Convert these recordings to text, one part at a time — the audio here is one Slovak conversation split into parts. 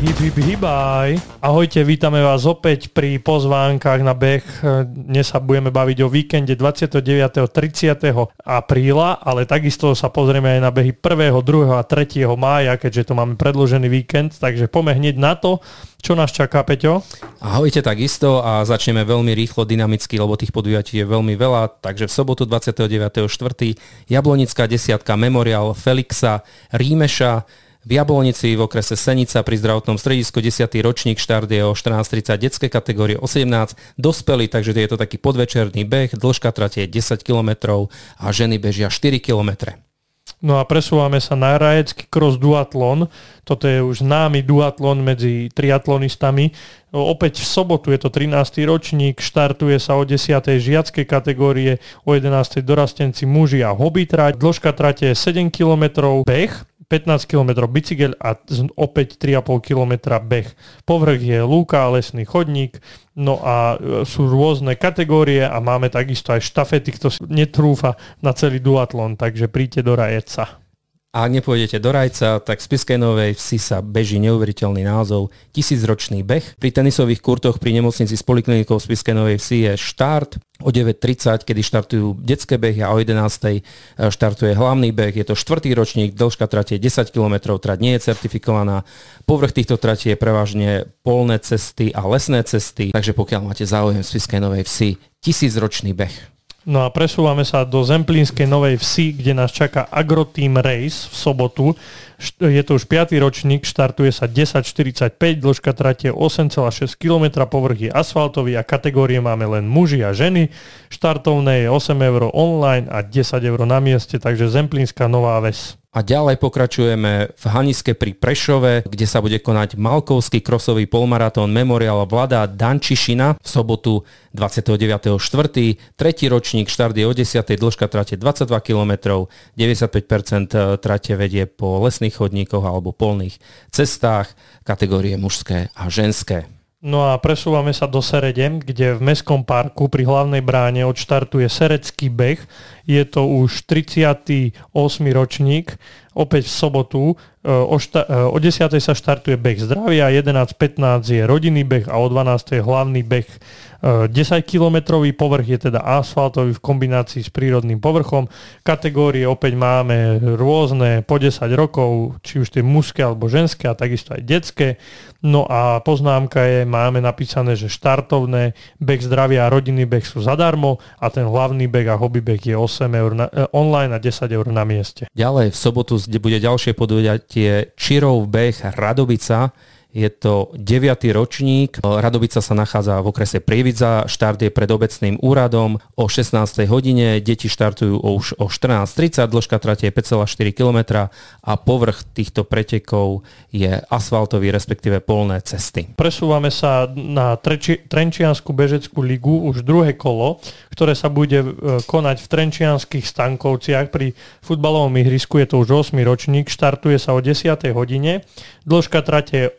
Hip, hip, hibaj. Ahojte, vítame vás opäť pri pozvánkach na beh. Dnes sa budeme baviť o víkende 29. 30. apríla, ale takisto sa pozrieme aj na behy 1., 2. a 3. mája, keďže to máme predĺžený víkend, takže poďme hneď na to, čo nás čaká, Peťo. Ahojte takisto a začneme veľmi rýchlo, dynamicky, lebo tých podujatí je veľmi veľa, takže v sobotu 29.4. Jablonická desiatka Memorial Felixa Rímeša, v Jablonici v okrese Senica pri zdravotnom stredisku 10. ročník, štart je o 14.30, detské kategórie o 17, dospelí, takže je to taký podvečerný beh, dĺžka trate je 10 km a ženy bežia 4 km. No a presúvame sa na Rajecký cross duatlon. Toto je už známy duatlon medzi triatlonistami. Opäť v sobotu je to 13. ročník, štartuje sa o 10. žiackej kategórie, o 11. dorastenci muži a hobbytrať. Dĺžka trate je 7 km beh, 15 km bicykel a opäť 3,5 km beh. Povrch je lúka, lesný chodník, no a sú rôzne kategórie a máme takisto aj štafety, kto si netrúfa na celý duatlon, takže príďte do Rajca. A ak nepôjdete do Rajca, tak v Spišskej Novej Vsi sa beží neuveriteľný názov 1000-ročný beh. Pri tenisových kurtoch pri nemocnici s poliklinikou v Spišskej Novej Vsi je štart o 9.30, kedy štartujú detské behy a o 11.00 štartuje hlavný beh. Je to 4. ročník, dĺžka trate 10 km, trať nie je certifikovaná. Povrch týchto tratí je prevažne polné cesty a lesné cesty, takže pokiaľ máte záujem v Spišskej Novej Vsi, 1000-ročný beh. No a presúvame sa do Zemplínskej Novej Vsi, kde nás čaká Agroteam Race v sobotu. Je to už 5. ročník, štartuje sa 10.45, dĺžka trate 8,6 km, povrch je asfaltový a kategórie máme len muži a ženy. Štartovné je 8 € online a 10 € na mieste, takže Zemplínska Nová Ves. A ďalej pokračujeme v Haniske pri Prešove, kde sa bude konať Malkovský krosový polmaratón Memorial Vlada Dančišina v sobotu 29.4. 3. ročník, štart je o 10. dĺžka trate 22 km, 95% trate vedie po lesných chodníkoch alebo polných cestách, kategórie mužské a ženské. No a presúvame sa do Serede, kde v Mestskom parku pri hlavnej bráne odštartuje Serecký beh. Je to už 38. ročník, opäť v sobotu. O 10. sa štartuje beh zdravia, 11.15 je rodinný beh a o 12. je hlavný beh 10-kilometrový. Povrch je teda asfaltový v kombinácii s prírodným povrchom. Kategórie opäť máme rôzne po 10 rokov, či už tie mužské alebo ženské a takisto aj detské. No a poznámka je, máme napísané, že štartovné beh zdravia a rodinný beh sú zadarmo a ten hlavný beh a hobby beh je 8 € online a 10 € na mieste. Ďalej v sobotu bude ďalšie podujatie Čirov beh Radovica. Je to 9. ročník. Radovica sa nachádza v okrese Prievidza. Štart je pred obecným úradom o 16. hodine. Deti štartujú už o 14.30. Dĺžka trate je 5,4 km a povrch týchto pretekov je asfaltový, respektíve polné cesty. Presúvame sa na Trenčiansku bežeckú ligu, už druhé kolo, ktoré sa bude konať v Trenčianskych Stankovciach pri futbalovom ihrisku. Je to už 8. ročník. Štartuje sa o 10. hodine. Dĺžka trate je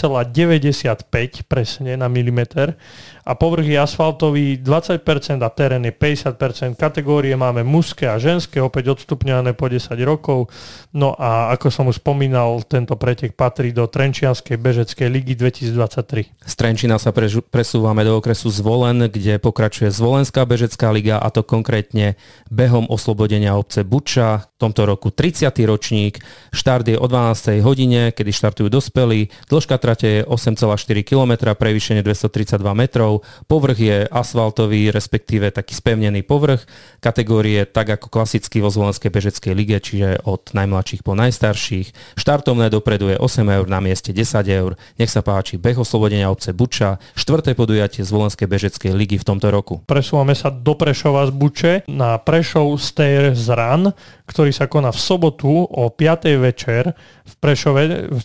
8,95 presne na milimeter a povrch je asfaltový 20% a terén je 50%. Kategórie máme mužské a ženské, opäť odstupňované po 10 rokov. No a ako som už spomínal, tento pretek patrí do Trenčianskej bežeckej ligy 2023. Z Trenčína sa presúvame do okresu Zvolen, kde pokračuje Zvolenská bežecká liga, a to konkrétne behom oslobodenia obce Buča. V tomto roku 30. ročník. Štart je o 12. hodine, kedy štartujú dospelí. Dĺžka trate je 8,4 km, prevýšenie 232 metrov. Povrch je asfaltový, respektíve taký spevnený povrch. Kategórie tak ako klasicky vo Zvolenskej bežeckej lige, čiže od najmladších po najstarších. Štartovné dopredu je 8 €, na mieste 10 €. Nech sa páči, beh oslobodenia obce Buča, 4. podujatie Zvolenskej bežeckej ligy v tomto roku. Presúvame sa do Prešova z Buče na Prešov Stairs Run, ktorý sa koná v sobotu o 5. večer v Prešove.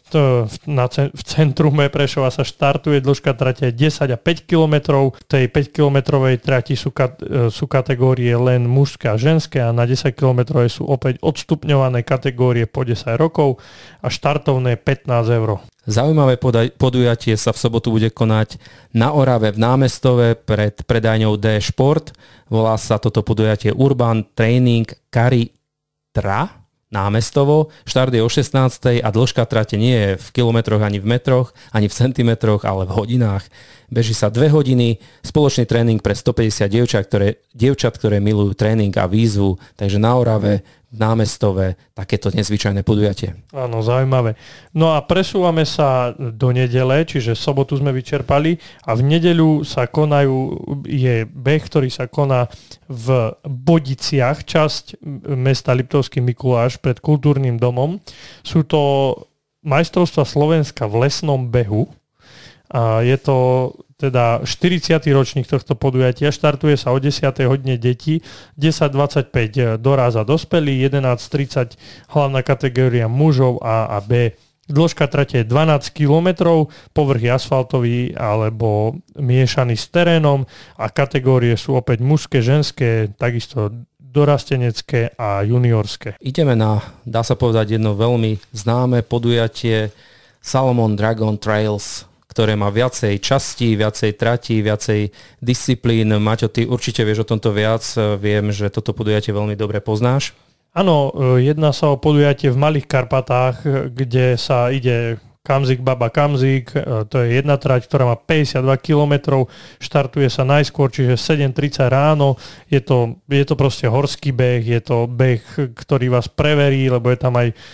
V centrume Prešova sa štartuje, dĺžka trate 10 a 5 km. V tej 5-kilometrovej trati sú kategórie len mužské a ženské a na 10 km sú opäť odstupňované kategórie po 10 rokov a štartovné 15 €. Zaujímavé podujatie sa v sobotu bude konať na Orave v Námestove pred predajňou D-Sport. Volá sa toto podujatie Urban Training Caritra. námestovo. Štart je o 16. a dĺžka trate nie je v kilometroch, ani v metroch, ani v centimetroch, ale v hodinách. Beží sa 2 hodiny, spoločný tréning pre 150 dievčat, ktoré milujú tréning a výzvu, takže na Orave, v námestove, takéto nezvyčajné podujatie. Áno, zaujímavé. No a presúvame sa do nedele, čiže sobotu sme vyčerpali a v nedeľu sa je beh, ktorý sa koná v Bodiciach, časť mesta Liptovský Mikuláš pred kultúrnym domom. Sú to majstrovstvá Slovenska v lesnom behu. A je to teda 40. ročník tohto podujatia. Štartuje sa o 10. hodine detí, 10.25 doráza dospelí, 11.30 hlavná kategória mužov A a B. Dĺžka trate je 12 km, povrch je asfaltový alebo miešaný s terénom a kategórie sú opäť mužské, ženské, takisto dorastenecké a juniorské. Ideme na, dá sa povedať, jedno veľmi známe podujatie Salomon Dragon Trails, ktoré má viacej častí, viacej tratí, viacej disciplín. Maťo, ty určite vieš o tomto viac. Viem, že toto podujatie veľmi dobre poznáš. Áno, jedná sa o podujatie v Malých Karpatách, kde sa ide Kamzik Baba Kamzik, to je jedna trať, ktorá má 52 km, štartuje sa najskôr, čiže 7:30 ráno, je to proste horský beh, je to beh, ktorý vás preverí, lebo je tam aj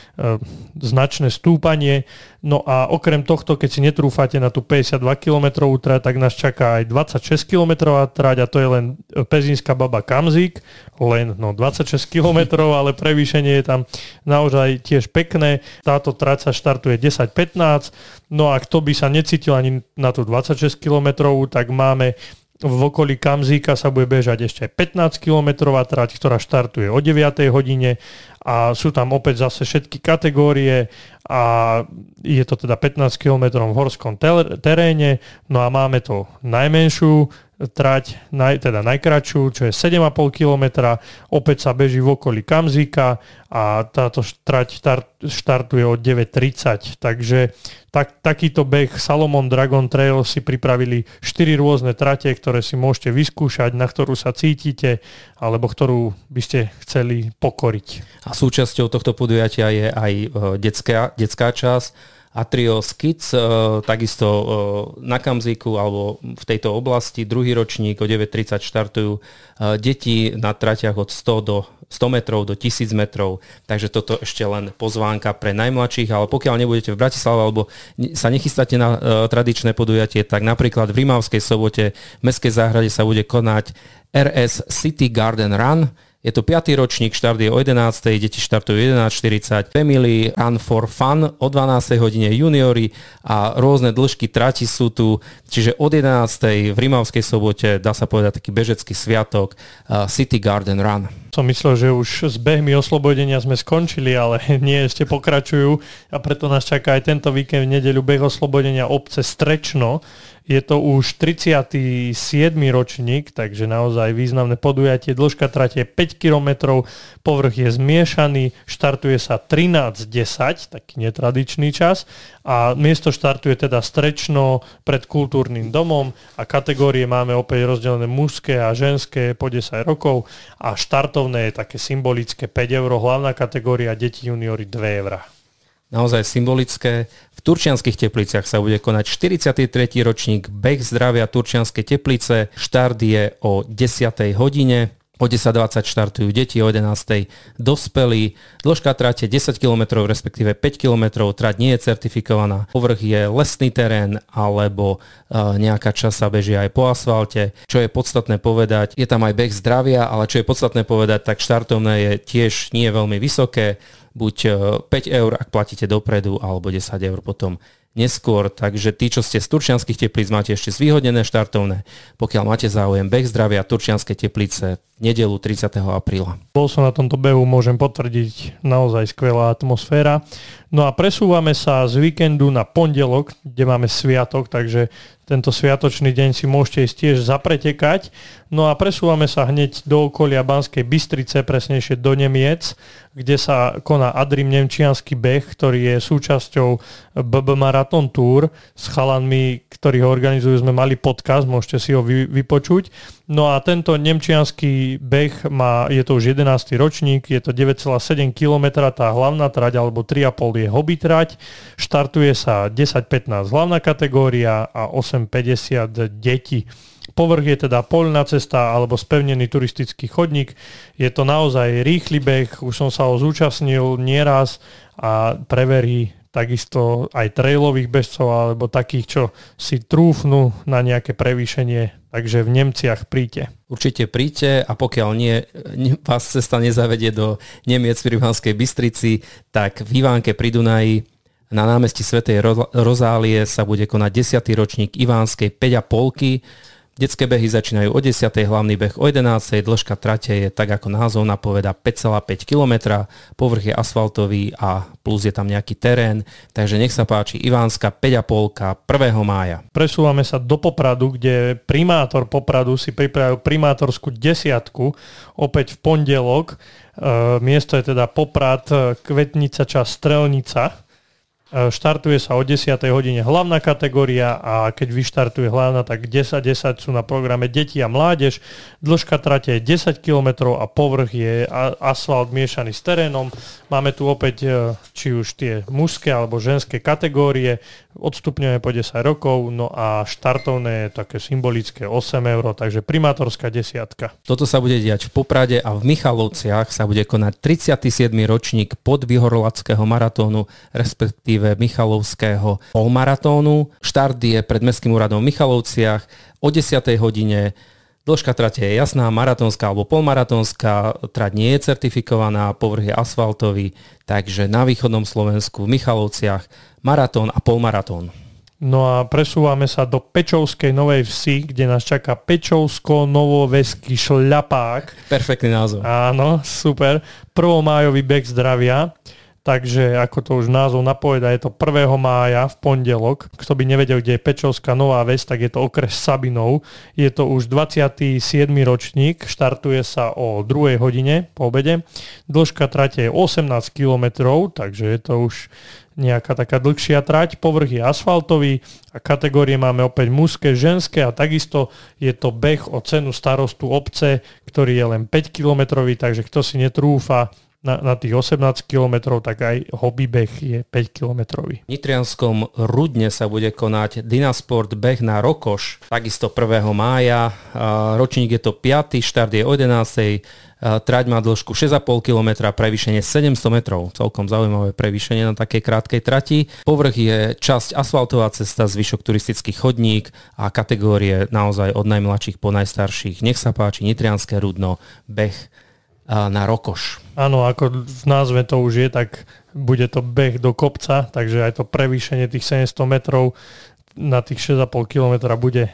značné stúpanie. No a okrem tohto, keď si netrúfate na tú 52 km trať, tak nás čaká aj 26 km trať a to je len Pezínska Baba Kamzik, len 26 km, ale prevýšenie je tam naozaj tiež pekné. Táto trať sa štartuje 10:15, no a kto by sa necítil ani na tú 26 km, tak máme v okolí Kamzíka sa bude bežať ešte 15 km trať, ktorá štartuje o 9 hodine a sú tam opäť zase všetky kategórie a je to teda 15 km v horskom teréne. No a máme to najmenšiu trať, teda najkratšiu, čo je 7,5 km. Opäť sa beží v okolí Kamzíka a táto trať štartuje od 9:30. Takže takýto beh Salomon Dragon Trail si pripravili 4 rôzne trate, ktoré si môžete vyskúšať, na ktorú sa cítite alebo ktorú by ste chceli pokoriť. A súčasťou tohto podujatia je aj detská časť. Atrios Kids, takisto na Kamzíku alebo v tejto oblasti, druhý ročník o 9:30 štartujú deti na tratiach od 100 metrov do 1000 metrov, takže toto ešte len pozvánka pre najmladších, ale pokiaľ nebudete v Bratislave alebo sa nechystáte na tradičné podujatie, tak napríklad v Rimavskej Sobote v Mestskej záhrade sa bude konať RS City Garden Run. Je to 5. ročník, štart je o 11. Deti štartujú 11:40. Family Run for Fun o 12. hodine juniori a rôzne dĺžky trati sú tu. Čiže od 11. v Rimavskej Sobote dá sa povedať taký bežecký sviatok City Garden Run. Som myslel, že už s behmi oslobodenia sme skončili, ale nie, ešte pokračujú a preto nás čaká aj tento víkend v nedeľu beh oslobodenia obce Strečno. Je to už 37. ročník, takže naozaj významné podujatie. Dĺžka trate je 5 km, povrch je zmiešaný, štartuje sa 13:10, taký netradičný čas a miesto štartuje teda Strečno pred kultúrnym domom a kategórie máme opäť rozdelené mužské a ženské po 10 rokov a štartovné je také symbolické 5 €, hlavná kategória deti juniori 2 €. Naozaj symbolické. V Turčianskych Tepliciach sa bude konať 43. ročník beh zdravia Turčianske Teplice. Štart je o 10. hodine. O 10:20 štartujú deti, o 11:00 dospelí. Dĺžka trate 10 km, respektíve 5 km. Trať nie je certifikovaná. Povrch je lesný terén alebo nejaká časť sa beží aj po asfalte. Čo je podstatné povedať, je tam aj beh zdravia, ale čo je podstatné povedať, tak štartovné je tiež nie veľmi vysoké. Buď 5 €, ak platíte dopredu, alebo 10 € potom neskôr. Takže tí, čo ste z Turčianskych Teplíc, máte ešte zvýhodnené štartovné. Pokiaľ máte záujem, beh zdravia Turčianske Teplice v nedeľu 30. apríla. Bol som na tomto behu, môžem potvrdiť, naozaj skvelá atmosféra. No a presúvame sa z víkendu na pondelok, kde máme sviatok, takže tento sviatočný deň si môžete ísť tiež zapretekať. No a presúvame sa hneď do okolia Banskej Bystrice, presnejšie do Nemiec, kde sa koná Adrim Nemčiansky beh, ktorý je súčasťou BB Marathon Tour. S chalanmi, ktorí ho organizujú, sme mali podcast, môžete si ho vypočuť. No a tento nemčiansky beh je to už 11. ročník, je to 9,7 km tá hlavná trať, alebo 3,5 je hobby trať. Štartuje sa 10-15 hlavná kategória a 8,50 deti. Povrch je teda poľná cesta alebo spevnený turistický chodník. Je to naozaj rýchly beh, už som sa ho zúčastnil nieraz a preverí takisto aj trailových bežcov alebo takých, čo si trúfnú na nejaké prevýšenie. Takže v Nemciach príďte. Určite príďte a pokiaľ nie, vás cesta nezavedie do Nemiec pri Banskej Bystrici, tak v Ivánke pri Dunaji na námestí svätej Rozálie sa bude konať 10. ročník Ivánskej 5,5. Detské behy začínajú o 10. hlavný beh o 11. Dĺžka trate je, tak ako názov napoveda, 5,5 km, povrch je asfaltový a plus je tam nejaký terén, takže nech sa páči Ivánska 5,5 1. mája. Presúvame sa do Popradu, kde primátor Popradu si pripravil primátorskú desiatku opäť v pondelok. Miesto je teda Poprad, Kvetnica časť Strelnica. Štartuje sa o 10. hodine hlavná kategória a keď vyštartuje hlavná, tak 10 sú na programe deti a mládež. Dĺžka trate je 10 km a povrch je asfalt miešaný s terénom. Máme tu opäť či už tie mužské alebo ženské kategórie. Odstupňujeme po 10 rokov, no a štartovné je také symbolické 8 €, takže primátorská desiatka. Toto sa bude diať v Poprade a v Michalovciach sa bude konať 37. ročník podvyhorlackého maratónu, respektíve Michalovského polmaratónu. Štart je pred Mestským úradom v Michalovciach o 10. hodine. Dĺžka trate je jasná, maratónska alebo polmaratónska, trať nie je certifikovaná, povrch je asfaltový, takže na východnom Slovensku v Michalovciach maratón a polmaratón. No a presúvame sa do Pečovskej Novej Vsi, kde nás čaká Pečovsko-Novoveský šľapák. Perfektný názov. Áno, super. 1. májový beh zdravia. Takže ako to už názov napovedá, je to 1. mája v pondelok. Kto by nevedel, kde je Pečovská Nová Ves, tak je to okres Sabinov. Je to už 27. ročník, štartuje sa o 2. hodine po obede. Dĺžka trate je 18 km, takže je to už nejaká taká dlhšia trať. Povrch je asfaltový a kategórie máme opäť mužské, ženské a takisto je to beh o cenu starostu obce, ktorý je len 5 km, takže kto si netrúfa na tých 18 km, tak aj hobby beh je 5 km. V Nitrianskom Rudne sa bude konať Dynasport beh na Rokoš, takisto 1. mája. Ročník je to 5. štart je o 11. Trať má dĺžku 6,5 km, prevýšenie 700 metrov. Celkom zaujímavé prevýšenie na takej krátkej trati. Povrch je časť asfaltová cesta, zvyšok turistický chodník a kategórie naozaj od najmladších po najstarších. Nech sa páči, Nitrianske Rudno, beh na Rokoš. Áno, ako v názve to už je, tak bude to beh do kopca, takže aj to prevýšenie tých 700 metrov na tých 6,5 km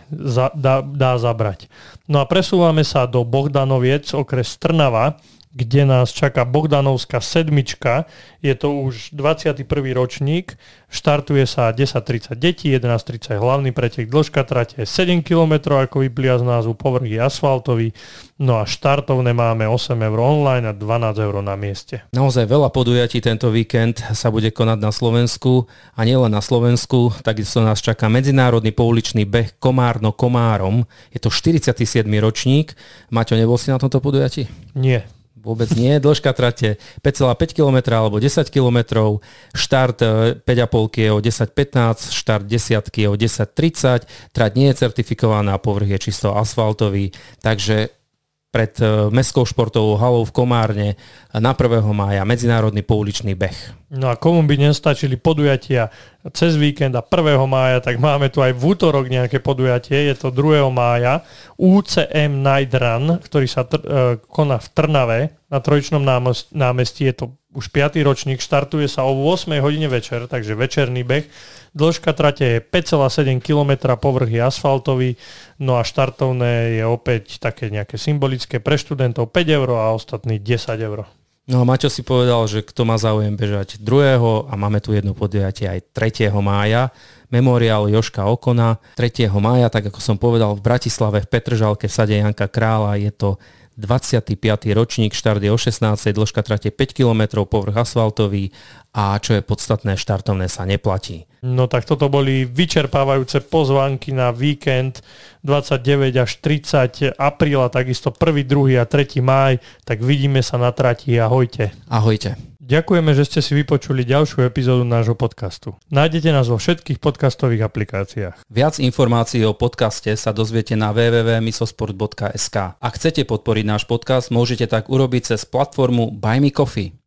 dá zabrať. No a presúvame sa do Bohdanoviec, okres Trnava, kde nás čaká Bohdanovská sedmička. Je to už 21. ročník, štartuje sa 10:30 detí, 11:30 hlavný pretek, dĺžka trate 7 km, ako vyplýva z názvu, povrch je asfaltový, no a štartovné máme 8 € online a 12 € na mieste. Naozaj veľa podujatí tento víkend sa bude konať na Slovensku a nielen na Slovensku, takisto nás čaká medzinárodný pouličný beh Komárno Komárom. Je to 47. ročník. Maťo, nebol si na tomto podujatí? Nie. Vôbec nie. Dĺžka trate 5,5 km alebo 10 km. Štart 5,5 je o 10:15, štart 10 je o 10:30. Trať nie je certifikovaná, povrch je čisto asfaltový. Takže pred mestskou športovou halou v Komárne na 1. mája medzinárodný pouličný beh. No a komu by nestačili podujatia cez víkend a 1. mája, tak máme tu aj v útorok nejaké podujatie. Je to 2. mája UCM Night Run, ktorý sa koná v Trnave na Trojičnom námestí. Je to už 5. ročník, štartuje sa o 8 hodine večer, takže večerný beh. Dĺžka trate je 5,7 km, povrch je asfaltový, no a štartovné je opäť také nejaké symbolické pre študentov 5 € a ostatní 10 €. No a Maťo si povedal, že kto má záujem bežať 2. a máme tu jedno podujatie aj 3. mája. Memoriál Jožka Okona 3. mája, tak ako som povedal, v Bratislave v Petržalke v sade Janka Krála. Je to 25. ročník, štart je o 16, dĺžka trate 5 km, povrch asfaltový a čo je podstatné, štartovné sa neplatí. No tak toto boli vyčerpávajúce pozvánky na víkend 29 až 30 apríla, takisto 1., 2. a 3. máj, tak vidíme sa na trati, ahojte. Ahojte. Ďakujeme, že ste si vypočuli ďalšiu epizódu nášho podcastu. Nájdete nás vo všetkých podcastových aplikáciách. Viac informácií o podcaste sa dozviete na www.misosport.sk. Ak chcete podporiť náš podcast, môžete tak urobiť cez platformu Buy Me Coffee.